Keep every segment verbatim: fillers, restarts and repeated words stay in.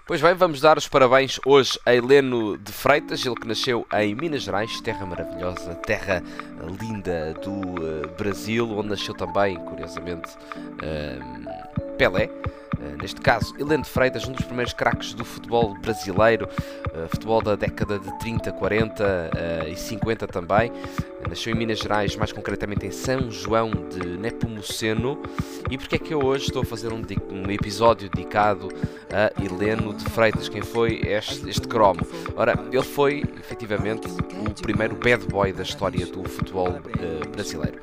Pois bem, vamos dar os parabéns hoje a Heleno de Freitas, ele que nasceu em Minas Gerais, terra maravilhosa, terra linda do uh, Brasil, onde nasceu também, curiosamente, uh, Pelé. Uh, neste caso, Heleno de Freitas, um dos primeiros craques do futebol brasileiro, uh, futebol da década de trinta, quarenta uh, e cinquenta também. Uh, nasceu em Minas Gerais, mais concretamente em São João de Nepomuceno. E porque é que eu hoje estou a fazer um, um episódio dedicado a Heleno de Freitas? Quem foi este, este cromo? Ora, ele foi, efetivamente, o primeiro bad boy da história do futebol uh, brasileiro.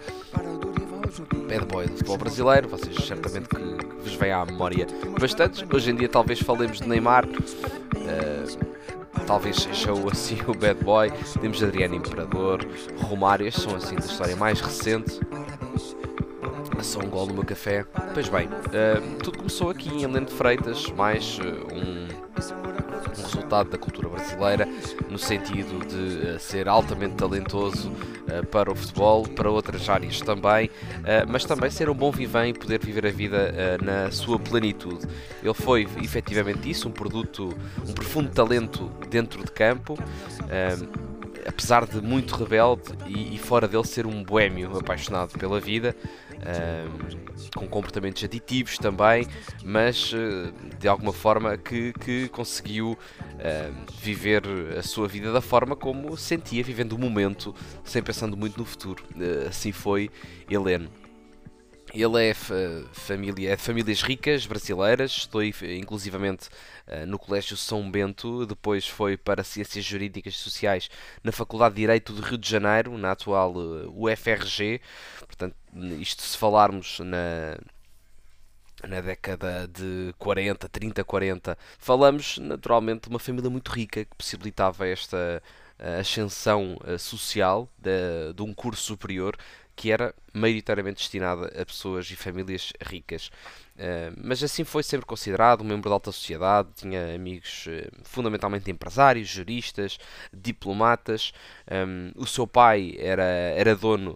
Bad boy do futebol brasileiro, vocês certamente que, que vos vem à memória bastantes. Hoje em dia talvez falemos de Neymar, uh, talvez seja o, assim o bad boy. Temos Adriano Imperador, Romário, estes são assim da história mais recente. Só um gol no meu café. Pois bem, uh, tudo começou aqui em Heleno de Freitas, mais uh, um, um resultado da cultura brasileira, no sentido de uh, ser altamente talentoso uh, para o futebol, para outras áreas também, uh, mas também ser um bom vivém e poder viver a vida uh, na sua plenitude. Ele foi efetivamente isso, um produto, um profundo talento dentro de campo. Uh, apesar de muito rebelde e, e fora dele ser um boémio apaixonado pela vida, um, com comportamentos aditivos também, mas uh, de alguma forma que, que conseguiu uh, viver a sua vida da forma como sentia, vivendo o momento, sem pensando muito no futuro. Uh, assim foi Heleno. Ele é, família, é de famílias ricas brasileiras, estou inclusivamente uh, no Colégio São Bento, depois foi para Ciências Jurídicas e Sociais na Faculdade de Direito do Rio de Janeiro, na atual uh, U F R G. Portanto, isto se falarmos na, na década de quarenta, trinta, quarenta, falamos naturalmente de uma família muito rica que possibilitava esta uh, ascensão uh, social de, de um curso superior que era maioritariamente destinada a pessoas e famílias ricas. Uh, mas assim foi sempre considerado um membro da alta sociedade, tinha amigos uh, fundamentalmente empresários, juristas, diplomatas. Um, o seu pai era, era dono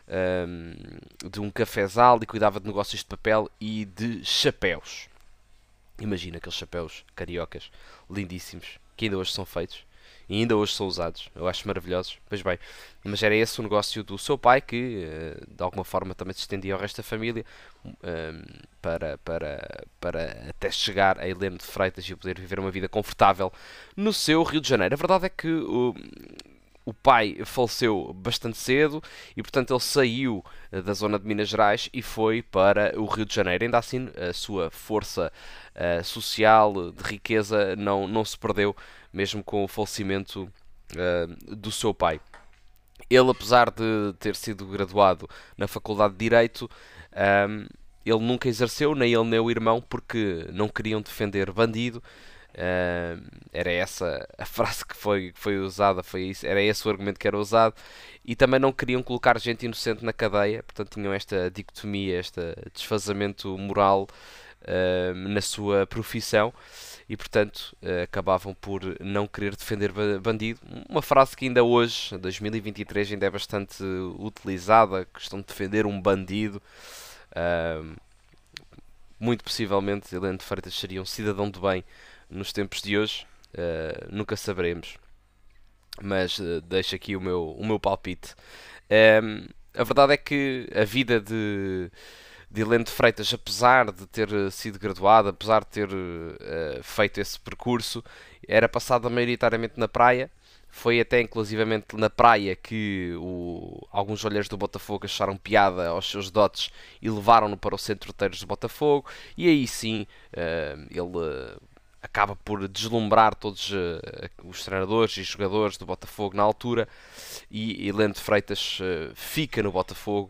um, de um cafezal e cuidava de negócios de papel e de chapéus. Imagina aqueles chapéus cariocas, lindíssimos, que ainda hoje são feitos. E ainda hoje são usados, eu acho maravilhosos. Pois bem, mas era esse o negócio do seu pai que de alguma forma também se estendia ao resto da família, um, para, para, para até chegar a Heleno de Freitas e poder viver uma vida confortável no seu Rio de Janeiro. A verdade é que o, o pai faleceu bastante cedo e portanto ele saiu da zona de Minas Gerais e foi para o Rio de Janeiro. Ainda assim a sua força uh, social, de riqueza, não, não se perdeu mesmo com o falecimento uh, do seu pai. Ele, apesar de ter sido graduado na Faculdade de Direito, um, ele nunca exerceu, nem ele nem o irmão, porque não queriam defender bandido. Uh, era essa a frase que foi, que foi usada, foi isso, era esse o argumento que era usado. E também não queriam colocar gente inocente na cadeia, portanto tinham esta dicotomia, este desfazamento moral uh, na sua profissão. E portanto acabavam por não querer defender bandido. Uma frase que ainda hoje, em dois mil e vinte e três, ainda é bastante utilizada, a questão de defender um bandido. Uh, muito possivelmente Heleno de Freitas seria um cidadão de bem nos tempos de hoje, uh, nunca saberemos, mas uh, deixo aqui o meu, o meu palpite. Um, a verdade é que a vida de de Heleno de Freitas, apesar de ter sido graduado, apesar de ter uh, feito esse percurso, era passada maioritariamente na praia. Foi até inclusivamente na praia que o, alguns olheiros do Botafogo acharam piada aos seus dotes e levaram-no para o Centro de Roteiros do Botafogo. E aí sim uh, ele uh, acaba por deslumbrar todos uh, os treinadores e jogadores do Botafogo na altura. E Heleno de Freitas uh, fica no Botafogo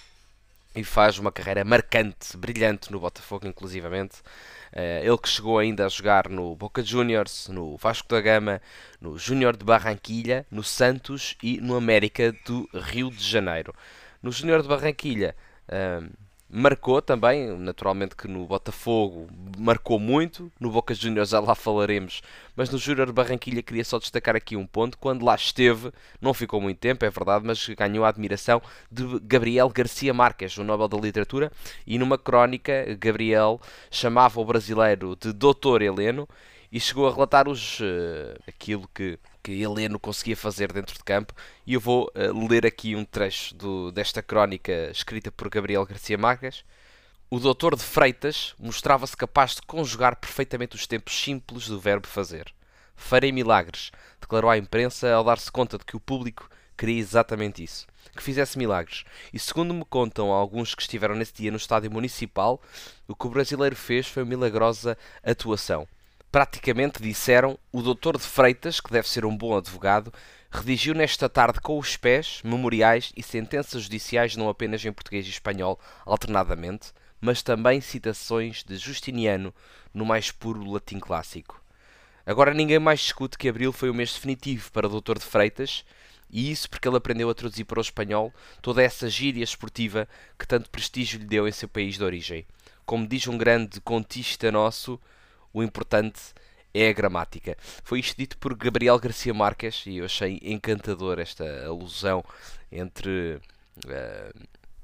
e faz uma carreira marcante, brilhante no Botafogo, inclusivamente. Uh, ele que chegou ainda a jogar no Boca Juniors, no Vasco da Gama, no Júnior de Barranquilha, no Santos e no América do Rio de Janeiro. No Júnior de Barranquilha, uh, marcou também, naturalmente que no Botafogo marcou muito, no Boca Juniors já lá falaremos, mas no Júnior Barranquilla queria só destacar aqui um ponto. Quando lá esteve, não ficou muito tempo, é verdade, mas ganhou a admiração de Gabriel Garcia Marques, o Nobel da Literatura, e numa crónica Gabriel chamava o brasileiro de doutor Heleno e chegou a relatar os, uh, aquilo que, que Heleno conseguia fazer dentro de campo. E eu vou uh, ler aqui um trecho do, desta crónica escrita por Gabriel Garcia Marques. O doutor de Freitas mostrava-se capaz de conjugar perfeitamente os tempos simples do verbo fazer. Farei milagres, declarou à imprensa ao dar-se conta de que o público queria exatamente isso, que fizesse milagres. E segundo me contam alguns que estiveram nesse dia no estádio municipal, o que o brasileiro fez foi uma milagrosa atuação. Praticamente, disseram, o doutor de Freitas, que deve ser um bom advogado, redigiu nesta tarde com os pés memoriais e sentenças judiciais não apenas em português e espanhol alternadamente, mas também citações de Justiniano no mais puro latim clássico. Agora ninguém mais discute que abril foi o mês definitivo para o doutor de Freitas, e isso porque ele aprendeu a traduzir para o espanhol toda essa gíria esportiva que tanto prestígio lhe deu em seu país de origem. Como diz um grande contista nosso, o importante é a gramática. Foi isto dito por Gabriel Garcia Marques e eu achei encantador esta alusão entre uh,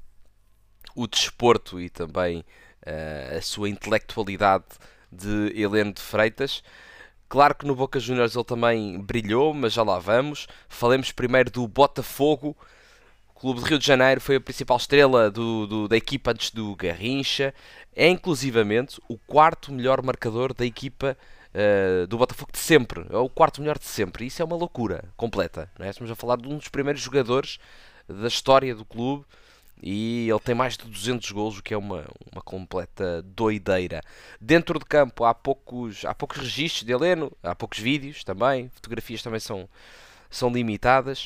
o desporto e também uh, a sua intelectualidade de Heleno de Freitas. Claro que no Boca Juniors ele também brilhou, mas já lá vamos. Falemos primeiro do Botafogo. O Clube de Rio de Janeiro foi a principal estrela do, do, da equipa antes do Garrincha. É inclusivamente o quarto melhor marcador da equipa uh, do Botafogo de sempre. É o quarto melhor de sempre. Isso é uma loucura completa. Não é? Estamos a falar de um dos primeiros jogadores da história do clube e ele tem mais de duzentos golos, o que é uma, uma completa doideira. Dentro de campo há poucos, há poucos registros de Heleno, há poucos vídeos também, fotografias também são, são limitadas.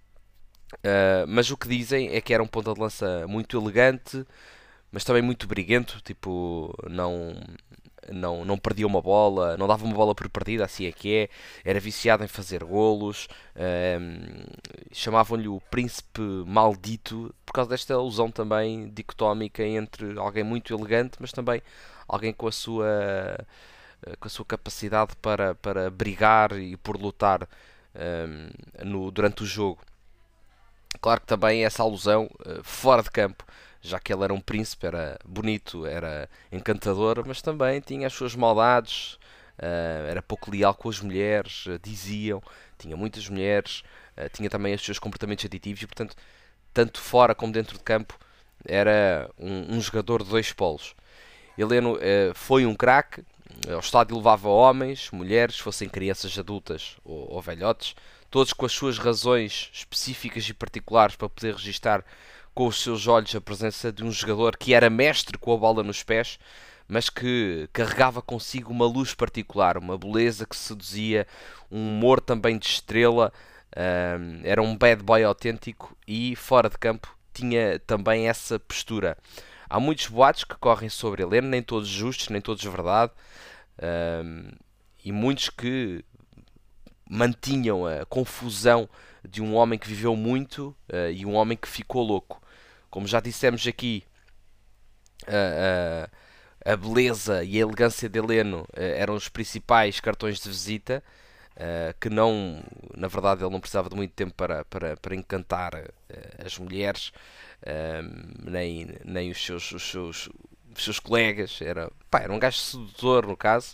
Uh, mas o que dizem é que era um ponta de lança muito elegante, mas também muito briguento, tipo, não, não, não perdia uma bola, não dava uma bola por partida, assim é que é, era viciado em fazer golos, um, chamavam-lhe o príncipe maldito, por causa desta alusão também dicotómica entre alguém muito elegante, mas também alguém com a sua, com a sua capacidade para, para brigar e por lutar um, no, durante o jogo. Claro que também essa alusão uh, fora de campo, já que ele era um príncipe, era bonito, era encantador, mas também tinha as suas maldades, uh, era pouco leal com as mulheres, uh, diziam, tinha muitas mulheres, uh, tinha também os seus comportamentos aditivos e, portanto, tanto fora como dentro de campo, era um, um jogador de dois polos. Heleno uh, foi um craque, ao estádio levava homens, mulheres, fossem crianças adultas ou, ou velhotes, todos com as suas razões específicas e particulares para poder registar com os seus olhos a presença de um jogador que era mestre com a bola nos pés, mas que carregava consigo uma luz particular, uma beleza que seduzia, um humor também de estrela, um, era um bad boy autêntico e fora de campo tinha também essa postura. Há muitos boatos que correm sobre Heleno, nem todos justos, nem todos verdade, um, e muitos que mantinham a confusão de um homem que viveu muito uh, e um homem que ficou louco. Como já dissemos aqui, uh, uh, a beleza e a elegância de Heleno uh, eram os principais cartões de visita, uh, que não, na verdade ele não precisava de muito tempo para, para, para encantar uh, as mulheres, uh, nem, nem os seus, os seus, os seus colegas. Era, pá, era um gajo sedutor no caso.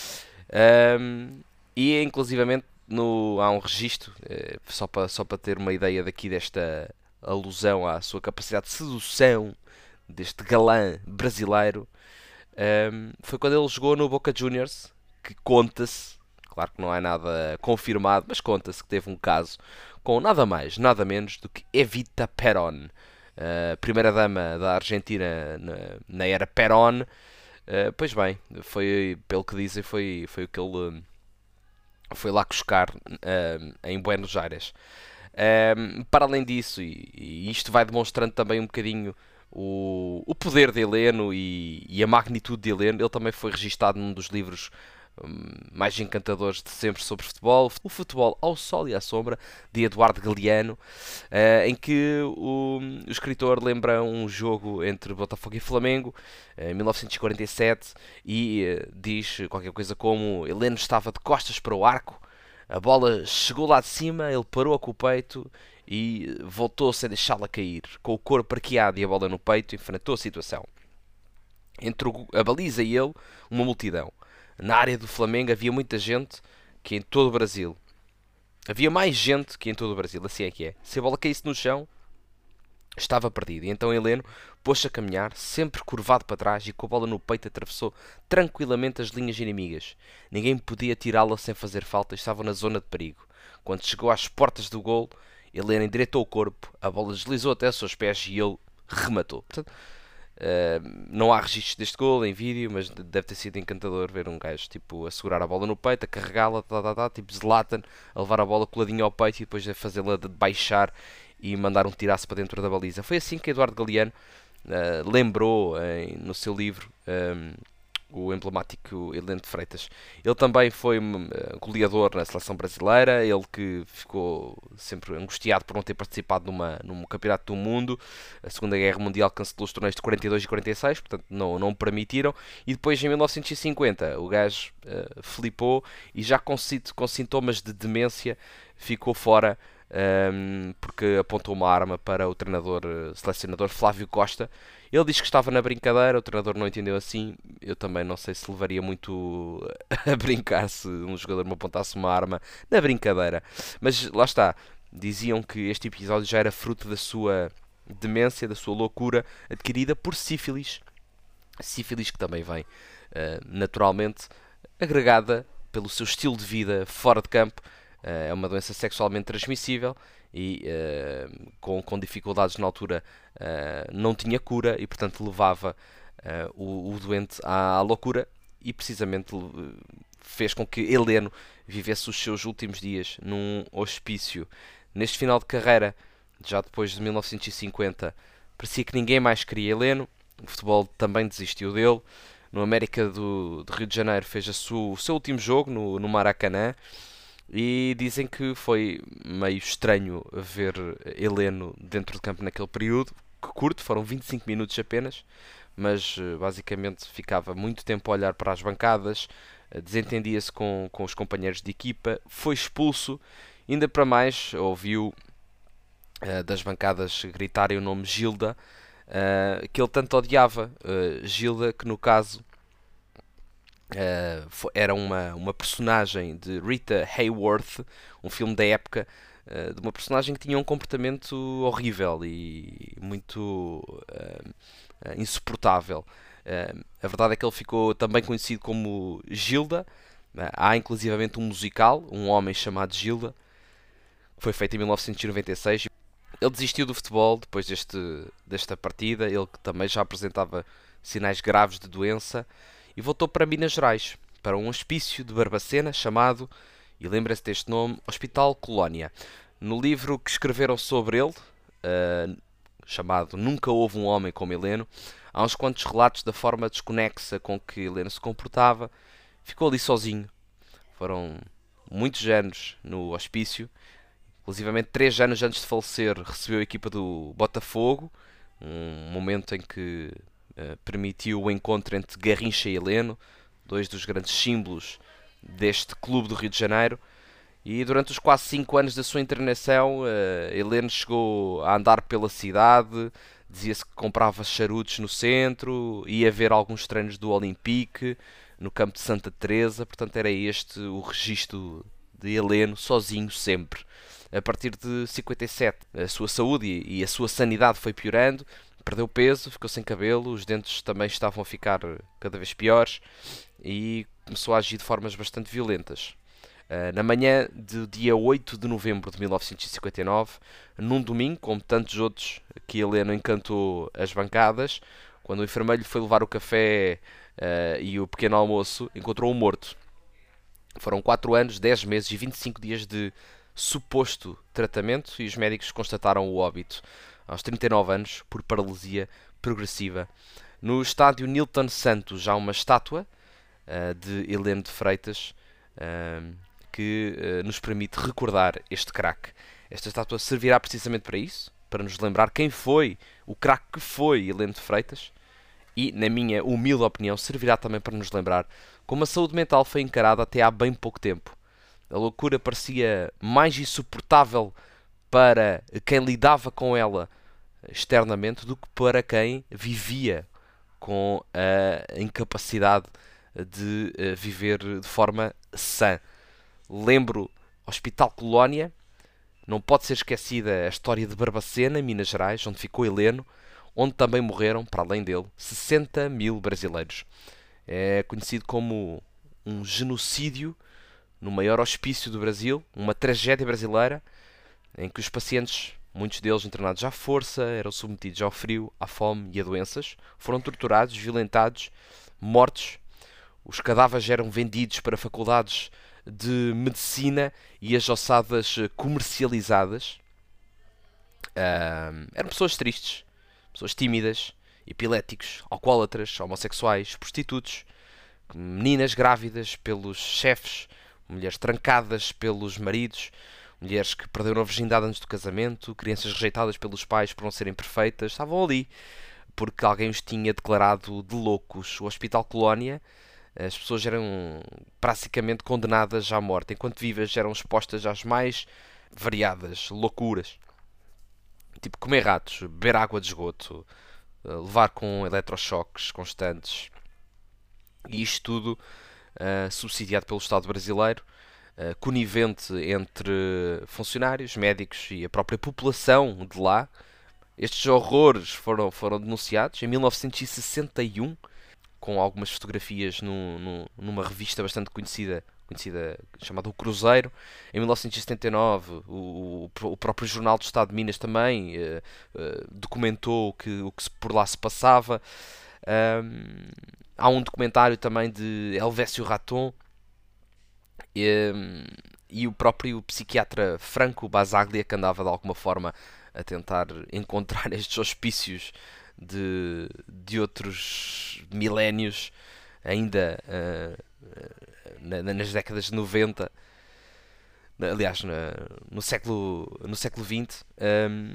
Um, e inclusivamente no, há um registro, eh, só para só para ter uma ideia daqui desta alusão à sua capacidade de sedução deste galã brasileiro, um, foi quando ele jogou no Boca Juniors, que conta-se, claro que não é nada confirmado, mas conta-se que teve um caso com nada mais, nada menos do que Evita Perón, a primeira dama da Argentina na, na era Perón. Uh, pois bem, foi, pelo que dizem, foi, foi o que ele foi lá buscar uh, em Buenos Aires. Uh, para além disso, e, e isto vai demonstrando também um bocadinho o, o poder de Heleno e, e a magnitude de Heleno, ele também foi registado num dos livros hum, mais encantadores de sempre sobre futebol, o Futebol ao Sol e à Sombra, de Eduardo Galeano, uh, em que o, o escritor lembra um jogo entre Botafogo e Flamengo, uh, em mil novecentos e quarenta e sete, e uh, diz qualquer coisa como: Heleno estava de costas para o arco, a bola chegou lá de cima, ele parou com o peito e voltou sem deixá-la cair. Com o corpo arqueado e a bola no peito, enfrentou a situação. Entre a baliza e ele, uma multidão. Na área do Flamengo havia muita gente, que em todo o Brasil. Havia mais gente que em todo o Brasil, assim é que é. Se a bola caísse no chão, estava perdido. E então Heleno pôs-se a caminhar, sempre curvado para trás, e com a bola no peito atravessou tranquilamente as linhas inimigas. Ninguém podia tirá-la sem fazer falta, estava na zona de perigo. Quando chegou às portas do gol, Heleno endireitou o corpo, a bola deslizou até aos seus pés e ele rematou. Portanto, Uh, não há registros deste gol em vídeo, mas deve ter sido encantador ver um gajo tipo, a segurar a bola no peito, a carregá-la, tá, tá, tá, tipo Zlatan, a levar a bola coladinha ao peito e depois a fazê-la de baixar e mandar um tiraço para dentro da baliza. Foi assim que Eduardo Galeano uh, lembrou uh, no seu livro um, o emblemático Heleno de Freitas. Ele também foi um, goleador na seleção brasileira, ele que ficou sempre angustiado por não ter participado numa, num campeonato do mundo. A Segunda Guerra Mundial cancelou os torneios de quarenta e dois e quarenta e seis, portanto não, não o permitiram, e depois em mil novecentos e cinquenta o gajo uh, flipou e já com, com sintomas de demência ficou fora, um, porque apontou uma arma para o treinador, uh, selecionador Flávio Costa. Ele diz que estava na brincadeira, o treinador não entendeu assim. Eu também não sei se levaria muito a brincar se um jogador me apontasse uma arma na brincadeira. Mas lá está, diziam que este episódio já era fruto da sua demência, da sua loucura adquirida por sífilis. Sífilis que também vem uh, naturalmente agregada pelo seu estilo de vida fora de campo. Uh, é uma doença sexualmente transmissível e uh, com, com dificuldades na altura uh, não tinha cura e portanto levava uh, o, o doente à, à loucura e precisamente uh, fez com que Heleno vivesse os seus últimos dias num hospício. Neste final de carreira, já depois de mil novecentos e cinquenta, parecia que ninguém mais queria Heleno, o futebol também desistiu dele. No América do, do Rio de Janeiro fez a sua, o seu último jogo no, no Maracanã. E dizem que foi meio estranho ver Heleno dentro de campo naquele período, que curto, foram vinte e cinco minutos apenas, mas basicamente ficava muito tempo a olhar para as bancadas, desentendia-se com, com os companheiros de equipa, foi expulso, ainda para mais ouviu uh, das bancadas gritarem o nome Gilda, uh, que ele tanto odiava. Uh, Gilda, que no caso Uh, foi, era uma, uma personagem de Rita Hayworth, um filme da época, uh, de uma personagem que tinha um comportamento horrível e muito uh, uh, insuportável. Uh, a verdade é que ele ficou também conhecido como Gilda. Uh, há inclusivamente um musical, Um Homem Chamado Gilda, que foi feito em mil novecentos e noventa e seis. Ele desistiu do futebol depois deste, desta partida, ele que também já apresentava sinais graves de doença, e voltou para Minas Gerais, para um hospício de Barbacena chamado, e lembra-se deste nome, Hospital Colónia. No livro que escreveram sobre ele, uh, chamado Nunca Houve um Homem como Heleno, há uns quantos relatos da forma desconexa com que Heleno se comportava. Ficou ali sozinho. Foram muitos anos no hospício, inclusivamente três anos antes de falecer recebeu a equipa do Botafogo, um momento em que Uh, permitiu o encontro entre Garrincha e Heleno, dois dos grandes símbolos deste clube do Rio de Janeiro. E durante os quase cinco anos da sua internação, uh, Heleno chegou a andar pela cidade, dizia-se que comprava charutos no centro, ia ver alguns treinos do Olympique, no campo de Santa Teresa. Portanto, era este o registro de Heleno, sozinho sempre. A partir de cinquenta e sete, a sua saúde e a sua sanidade foi piorando. Perdeu peso, ficou sem cabelo, os dentes também estavam a ficar cada vez piores e começou a agir de formas bastante violentas. Uh, na manhã do dia oito de novembro de mil novecentos e cinquenta e nove, num domingo, como tantos outros que Heleno encantou as bancadas, quando o enfermeiro foi levar o café uh, e o pequeno almoço, encontrou-o morto. Foram quatro anos, dez meses e vinte e cinco dias de suposto tratamento e os médicos constataram o óbito aos trinta e nove anos, por paralisia progressiva. No estádio Nilton Santos há uma estátua uh, de Heleno de Freitas, uh, que uh, nos permite recordar este craque. Esta estátua servirá precisamente para isso, para nos lembrar quem foi o craque que foi Heleno de Freitas, e, na minha humilde opinião, servirá também para nos lembrar como a saúde mental foi encarada até há bem pouco tempo. A loucura parecia mais insuportável para quem lidava com ela externamente do que para quem vivia com a incapacidade de viver de forma sã. Lembro Hospital Colónia, não pode ser esquecida a história de Barbacena, em Minas Gerais, onde ficou Heleno, onde também morreram, para além dele, sessenta mil brasileiros. É conhecido como um genocídio no maior hospício do Brasil, uma tragédia brasileira, em que os pacientes, muitos deles internados à força, eram submetidos ao frio, à fome e a doenças, foram torturados, violentados, mortos. Os cadáveres eram vendidos para faculdades de medicina e as ossadas comercializadas. Uh, eram pessoas tristes, pessoas tímidas, epiléticos, alcoólatras, homossexuais, prostitutos, meninas grávidas pelos chefes, mulheres trancadas pelos maridos, mulheres que perderam a virgindade antes do casamento, crianças rejeitadas pelos pais por não serem perfeitas, estavam ali porque alguém os tinha declarado de loucos. O Hospital Colónia, as pessoas eram praticamente condenadas à morte, enquanto vivas eram expostas às mais variadas loucuras, tipo comer ratos, beber água de esgoto, levar com eletrochoques constantes, e isto tudo uh, subsidiado pelo Estado brasileiro, uh, conivente entre funcionários, médicos e a própria população de lá. Estes horrores foram, foram denunciados em mil novecentos e sessenta e um, com algumas fotografias no, no, numa revista bastante conhecida, conhecida chamada O Cruzeiro. Em mil novecentos e setenta e nove, o, o, o próprio Jornal do Estado de Minas também uh, uh, documentou o que, o que por lá se passava. Um, há um documentário também de Helvécio Raton, e, e o próprio psiquiatra Franco Basaglia, que andava de alguma forma a tentar encontrar estes hospícios de, de outros milénios, ainda uh, na, nas décadas de noventa, aliás, na, no, século, no século vinte, um,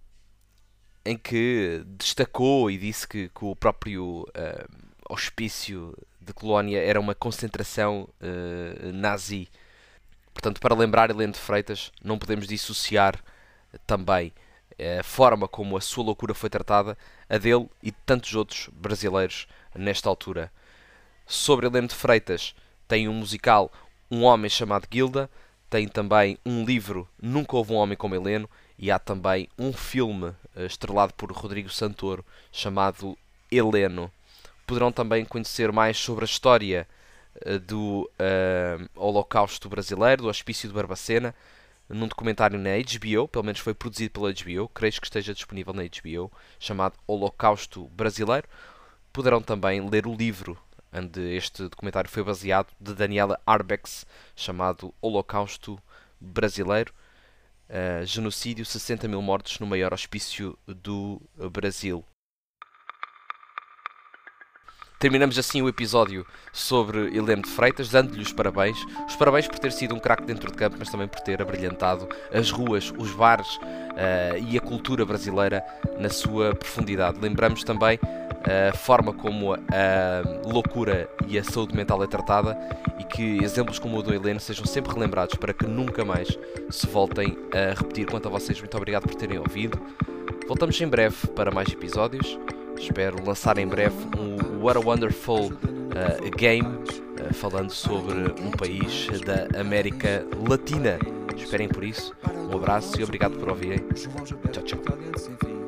em que destacou e disse que, que o próprio uh, hospício de Colónia era uma concentração uh, nazi. Portanto, para lembrar Heleno de Freitas, não podemos dissociar também a forma como a sua loucura foi tratada, a dele e de tantos outros brasileiros nesta altura. Sobre Heleno de Freitas, tem um musical, Um Homem Chamado Gilda, tem também um livro, Nunca Houve um Homem como Heleno, e há também um filme uh, estrelado por Rodrigo Santoro, chamado Heleno. Poderão também conhecer mais sobre a história uh, do uh, Holocausto brasileiro, do Hospício de Barbacena, num documentário na H B O, pelo menos foi produzido pela H B O, creio que esteja disponível na H B O, chamado Holocausto Brasileiro. Poderão também ler o livro onde este documentário foi baseado, de Daniela Arbex, chamado Holocausto Brasileiro, uh, genocídio, sessenta mil mortos no maior hospício do Brasil. Terminamos assim o episódio sobre Heleno de Freitas, dando-lhe os parabéns. Os parabéns por ter sido um craque dentro de campo, mas também por ter abrilhantado as ruas, os bares uh, e a cultura brasileira na sua profundidade. Lembramos também a forma como a loucura e a saúde mental é tratada, e que exemplos como o do Heleno sejam sempre relembrados para que nunca mais se voltem a repetir. Quanto a vocês, muito obrigado por terem ouvido. Voltamos em breve para mais episódios. Espero lançar em breve um What a Wonderful uh, Game, uh, falando sobre um país da América Latina. Esperem por isso. Um abraço e obrigado por ouvirem. Tchau, tchau.